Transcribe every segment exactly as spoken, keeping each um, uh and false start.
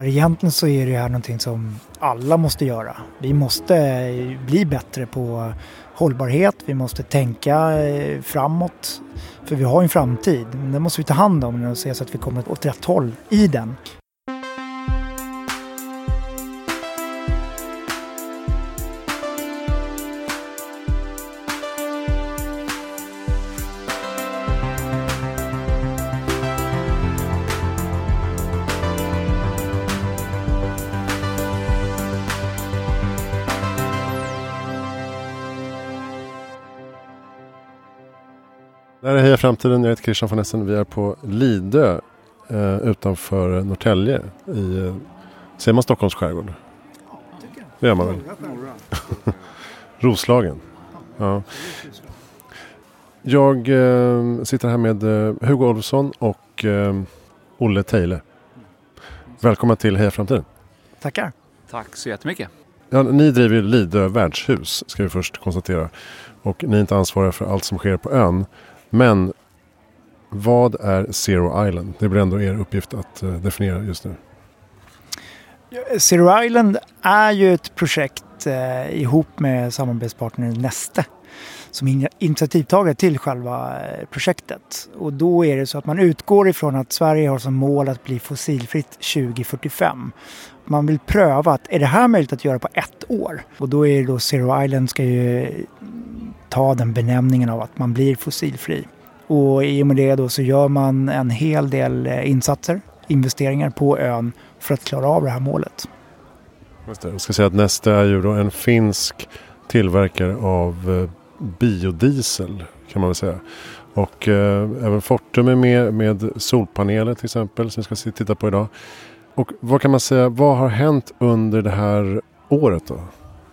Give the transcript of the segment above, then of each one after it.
Egentligen så är det här någonting som alla måste göra. Vi måste bli bättre på hållbarhet, vi måste tänka framåt. För vi har en framtid, men det måste vi ta hand om och se så att vi kommer åt rätt håll i den. Det här är Heja Framtiden, jag heter Christian von Essen. Vi är på Lidö eh, utanför Norrtälje i, eh, ser man Stockholms skärgård? Ja, tycker jag. Det gör man väl? Roslagen. Ja. Jag eh, sitter här med eh, Hugo Olsson och eh, Olle Teile. Välkomna till Heja Framtiden. Tackar. Tack så jättemycket. Ja, ni driver ju Lidö värdshus, ska vi först konstatera. Och ni är inte ansvariga för allt som sker på ön. Men vad är Zero Island? Det blir ändå er uppgift att uh, definiera just nu. Zero Island är ju ett projekt eh, ihop med samarbetspartnern Neste som är initiativtagare till själva projektet. Och då är det så att man utgår ifrån att Sverige har som mål att bli fossilfritt tjugo fyrtiofem. Man vill pröva att är det här möjligt att göra på ett år? Och då är det då Zero Island ska ju ta den benämningen av att man blir fossilfri. Och i och med det då så gör man en hel del insatser, investeringar på ön för att klara av det här målet. Just det. Jag ska säga att Neste är ju då en finsk tillverkare av biodiesel kan man väl säga. Och eh, även Fortum är med med solpaneler till exempel som vi ska titta på idag. Och vad kan man säga, vad har hänt under det här året då?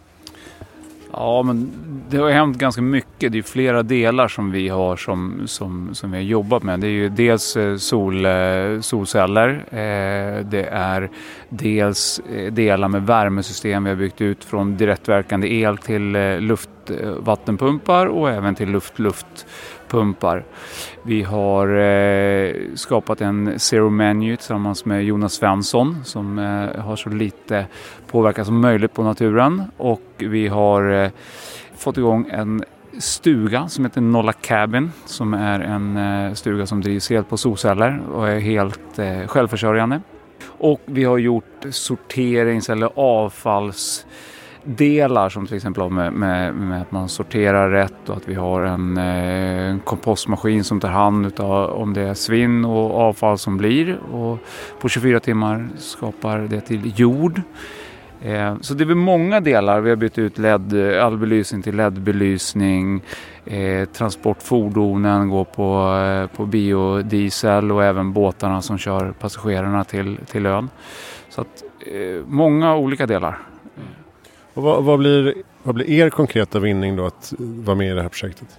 Ja, men det har hänt ganska mycket. Det är flera delar som vi har som, som, som vi har jobbat med. Det är ju dels sol, solceller. Det är dels delar med värmesystem. Vi har byggt ut från direktverkande el till luftvattenpumpar och även till luft-luftpumpar. Vi har eh, skapat en Zero Menu tillsammans med Jonas Svensson som eh, har så lite påverkan som möjligt på naturen. Och vi har eh, fått igång en stuga som heter Nolla Cabin som är en eh, stuga som drivs helt på solceller och är helt eh, självförsörjande. Och vi har gjort sorterings- eller avfalls delar som till exempel med, med, med att man sorterar rätt och att vi har en, eh, en kompostmaskin som tar hand utav om det är svinn och avfall som blir och på tjugofyra timmar skapar det till jord. Eh, så det är väl många delar. Vi har bytt ut L E D, all belysning till L E D-belysning. Eh, transportfordonen går på, eh, på biodiesel och även båtarna som kör passagerarna till, till ön. Så att eh, många olika delar. Och vad, vad, blir, vad blir er konkreta vinning då att vara med i det här projektet?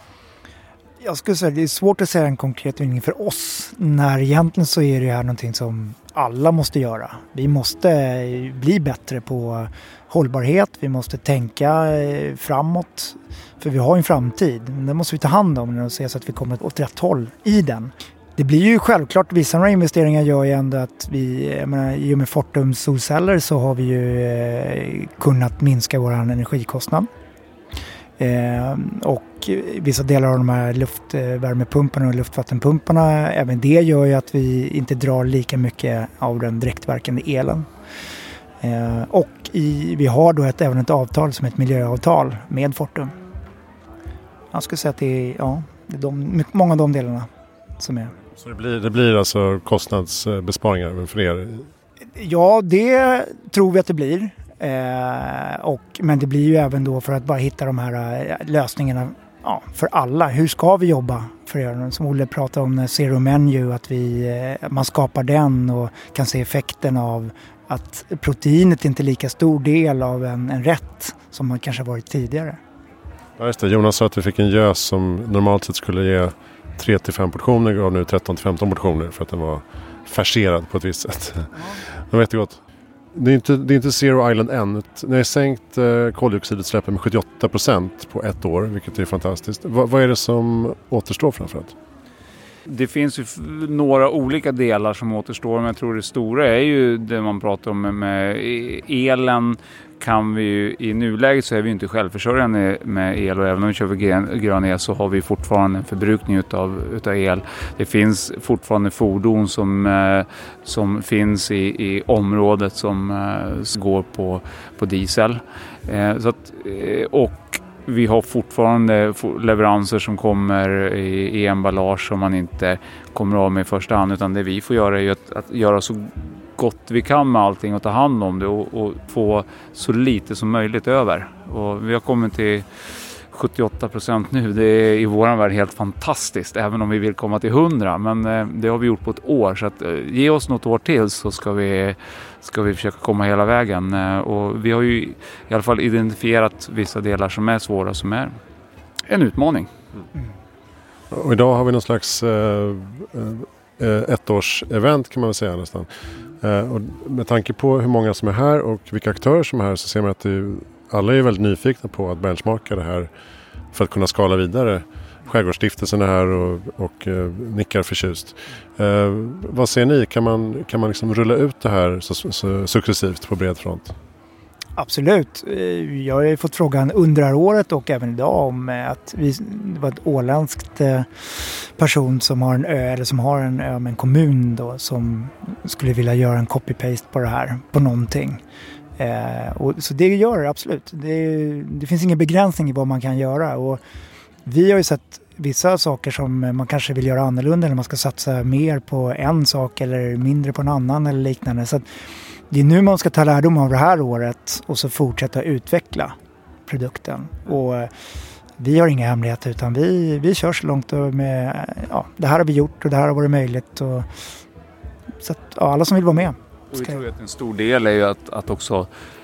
Jag skulle säga att det är svårt att säga en konkret vinning för oss. När egentligen så är det här någonting som alla måste göra. Vi måste bli bättre på hållbarhet. Vi måste tänka framåt. För vi har en framtid. Det måste vi ta hand om och se så att vi kommer åt rätt håll i den. Det blir ju självklart, vissa några investeringar gör ju ändå att vi, jag menar, i och med Fortums solceller så har vi ju eh, kunnat minska vår energikostnad. Eh, och vissa delar av de här luftvärmepumparna och luftvattenpumparna, även det gör ju att vi inte drar lika mycket av den direktverkande elen. Eh, och i, vi har då ett, även ett avtal som är ett miljöavtal med Fortum. Jag skulle säga att det är, ja, det är de, många av de delarna som är. Så det blir, det blir alltså kostnadsbesparingar för er? Ja, det tror vi att det blir. Eh, och, men det blir ju även då för att bara hitta de här eh, lösningarna ja, för alla. Hur ska vi jobba för er? Som Olle pratade om Zero Menu, att vi, eh, man skapar den och kan se effekten av att proteinet inte är lika stor del av en, en rätt som man kanske varit tidigare. Ja, just det. Jonas sa att vi fick en gös som normalt sett skulle ge tre till fem portioner och nu tretton till femton portioner för att den var färserad på ett visst sätt. Ja. Det var jättegott. Det är inte, det är inte Zero Island än. Ni har sänkt eh, koldioxidutsläppen med sjuttioåtta procent på ett år, vilket är fantastiskt. Va, vad är det som återstår framförallt? Det finns ju några olika delar som återstår, men jag tror det stora är ju det man pratar om med, med elen. Kan vi ju, i nuläget så är vi inte självförsörjande med el, och även om vi kör för grön el så har vi fortfarande en förbrukning utav, utav el. Det finns fortfarande fordon som, eh, som finns i, i området som eh, går på, på diesel. Eh, så att, eh, och vi har fortfarande leveranser som kommer i, i emballage som man inte kommer av med i första hand, utan det vi får göra är ju att, att göra så gott vi kan med allting och ta hand om det och, och få så lite som möjligt över. Och vi har kommit till sjuttioåtta procent nu. Det är i våran värld helt fantastiskt, även om vi vill komma till hundra. Men eh, det har vi gjort på ett år, så att, eh, ge oss något år till så ska vi, ska vi försöka komma hela vägen. Eh, och vi har ju i alla fall identifierat vissa delar som är svåra, som är en utmaning. Mm. Och idag har vi någon slags eh, eh, ettårs-event kan man väl säga nästan. Eh, och med tanke på hur många som är här och vilka aktörer som är här så ser man att det är, alla är väldigt nyfikna på att benchmarka det här för att kunna skala vidare. Skärgårdsstiftelsen är här och, och eh, nickar förtjust. Eh, vad ser ni? Kan man, kan man liksom rulla ut det här så, så, successivt på bred front? Absolut. Jag har fått frågan under året och även idag om att vi, det var ett åländskt person som har en ö, eller som har en ö med en kommun då, som skulle vilja göra en copy-paste på det här, på någonting. Eh, och, så det gör det absolut. Det, det finns ingen begränsning i vad man kan göra, och vi har ju sett vissa saker som man kanske vill göra annorlunda, eller man ska satsa mer på en sak eller mindre på en annan eller liknande. Så att det är nu man ska ta lärdom av det här året och så fortsätta utveckla produkten. Och vi har inga hemligheter, utan vi, vi kör så långt med, ja, det här har vi gjort och det här har varit möjligt. Och, så att, ja, alla som vill vara med. Och jag tror att en stor del är ju att, att också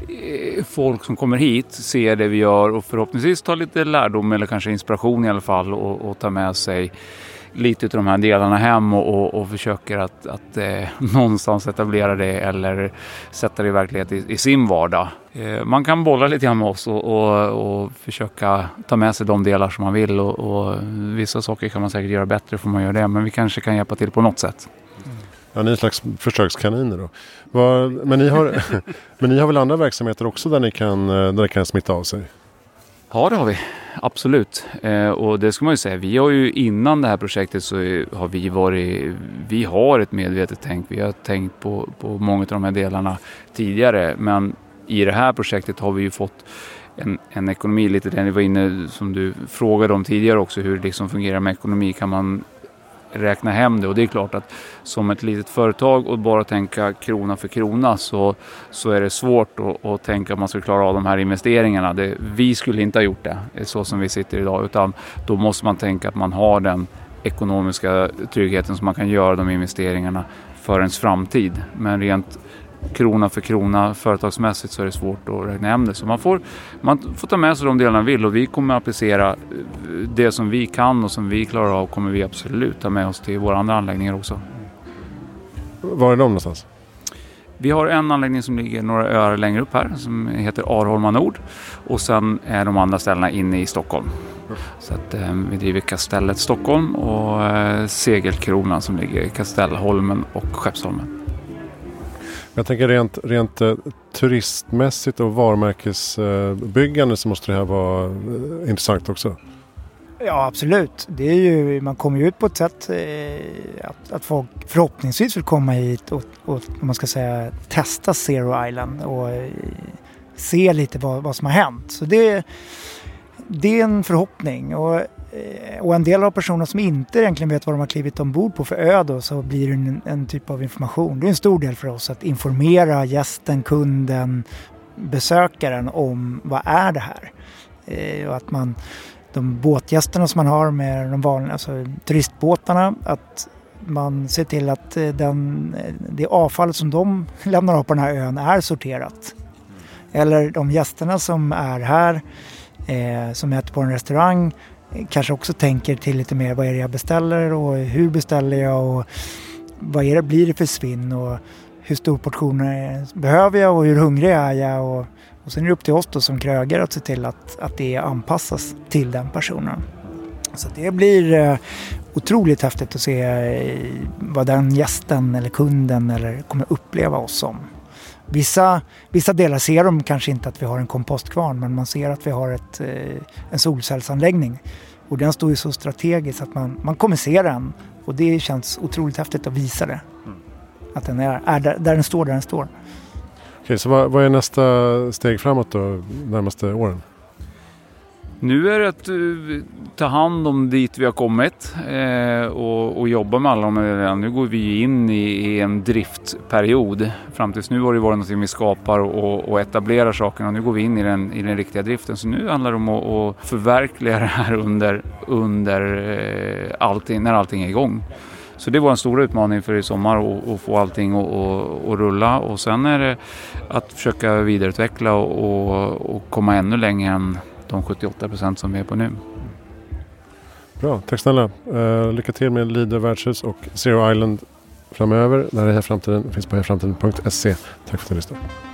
folk som kommer hit ser det vi gör och förhoppningsvis tar lite lärdom eller kanske inspiration i alla fall, och, och tar med sig lite av de här delarna hem och, och, och försöker att, att eh, någonstans etablera det eller sätta det i verklighet i, i sin vardag. Eh, man kan bolla lite grann med oss och, och, och försöka ta med sig de delar som man vill, och, och vissa saker kan man säkert göra bättre, får man göra det, men vi kanske kan hjälpa till på något sätt. Ja, ni är en slags försökskaniner då. Var, men, ni har, men ni har väl andra verksamheter också där ni kan, där det kan smitta av sig? Ja, det har vi. Absolut. Eh, och det ska man ju säga. Vi har ju innan det här projektet så har vi varit, vi har ett medvetet tänk. Vi har tänkt på, på många av de här delarna tidigare. Men i det här projektet har vi ju fått en, en ekonomi, lite den vi var inne som du frågade om tidigare också. Hur det liksom fungerar med ekonomi, kan man räkna hem det, och det är klart att som ett litet företag och bara tänka krona för krona så, så är det svårt att, att tänka att man ska klara av de här investeringarna. Det, vi skulle inte ha gjort det så som vi sitter idag, utan då måste man tänka att man har den ekonomiska tryggheten som man kan göra de investeringarna för ens framtid. Men rent krona för krona företagsmässigt så är det svårt att räkna hem det. Så man får, man får ta med sig de delarna vill, och vi kommer att applicera det som vi kan och som vi klarar av, kommer vi absolut ta med oss till våra andra anläggningar också. Var är de någonstans? Vi har en anläggning som ligger några öar längre upp här som heter Arholma Nord, och sen är de andra ställena inne i Stockholm. Så att eh, vi driver Kastellet Stockholm och eh, Segelkronan som ligger i Kastellholmen och Skeppsholmen. Jag tänker rent, rent eh, turistmässigt och varumärkesbyggande eh, så måste det här vara eh, intressant också. Ja, absolut. Det är ju, man kommer ju ut på ett sätt eh, att, att folk förhoppningsvis vill komma hit och, och man ska säga testa Zero Island och eh, se lite vad, vad som har hänt. Så det, det är en förhoppning. Och Och en del av personer som inte egentligen vet vad de har klivit ombord på för ö då, så blir det en, en typ av information. Det är en stor del för oss att informera gästen, kunden, besökaren om vad är det här. Eh, och att man, de båtgästerna som man har med de vanliga, alltså turistbåtarna, att man ser till att den, det avfallet som de lämnar av på den här ön är sorterat. Eller de gästerna som är här, eh, som äter på en restaurang, kanske också tänker till lite mer, vad är det jag beställer och hur beställer jag och vad är det, blir det för svinn och hur stor portion behöver jag och hur hungrig är jag, och, och sen är det upp till oss då som krögare att se till att, att det anpassas till den personen. Så det blir eh, otroligt häftigt att se eh, vad den gästen eller kunden eller kommer uppleva oss som. Vissa, vissa delar ser de kanske inte att vi har en kompostkvarn, men man ser att vi har ett, eh, en solcellsanläggning. Och den står ju så strategiskt att man, man kommer se den. Och det känns otroligt häftigt att visa det. Mm. Att den är, är där, där den står, där den står. Okej, så vad, vad är nästa steg framåt då, närmaste åren? Nu är det att uh, ta hand om dit vi har kommit eh, och, och jobba med alla de här. Nu går vi in i, i en driftperiod. Fram tills nu har det varit något vi skapar och, och etablerar sakerna. Nu går vi in i den, i den riktiga driften. Så nu handlar det om att, att förverkliga det här under, under eh, allting, när allting är igång. Så det var en stor utmaning för i sommar att få allting att rulla. Och sen är det att försöka vidareutveckla och, och, och komma ännu längre än de sjuttioåtta procent som vi är på nu. Bra, tack snälla. Uh, lycka till med Leader Värdshus och Zero Island framöver. När det här framtiden finns på hejaframtiden punkt se. Tack för att du lyssnade.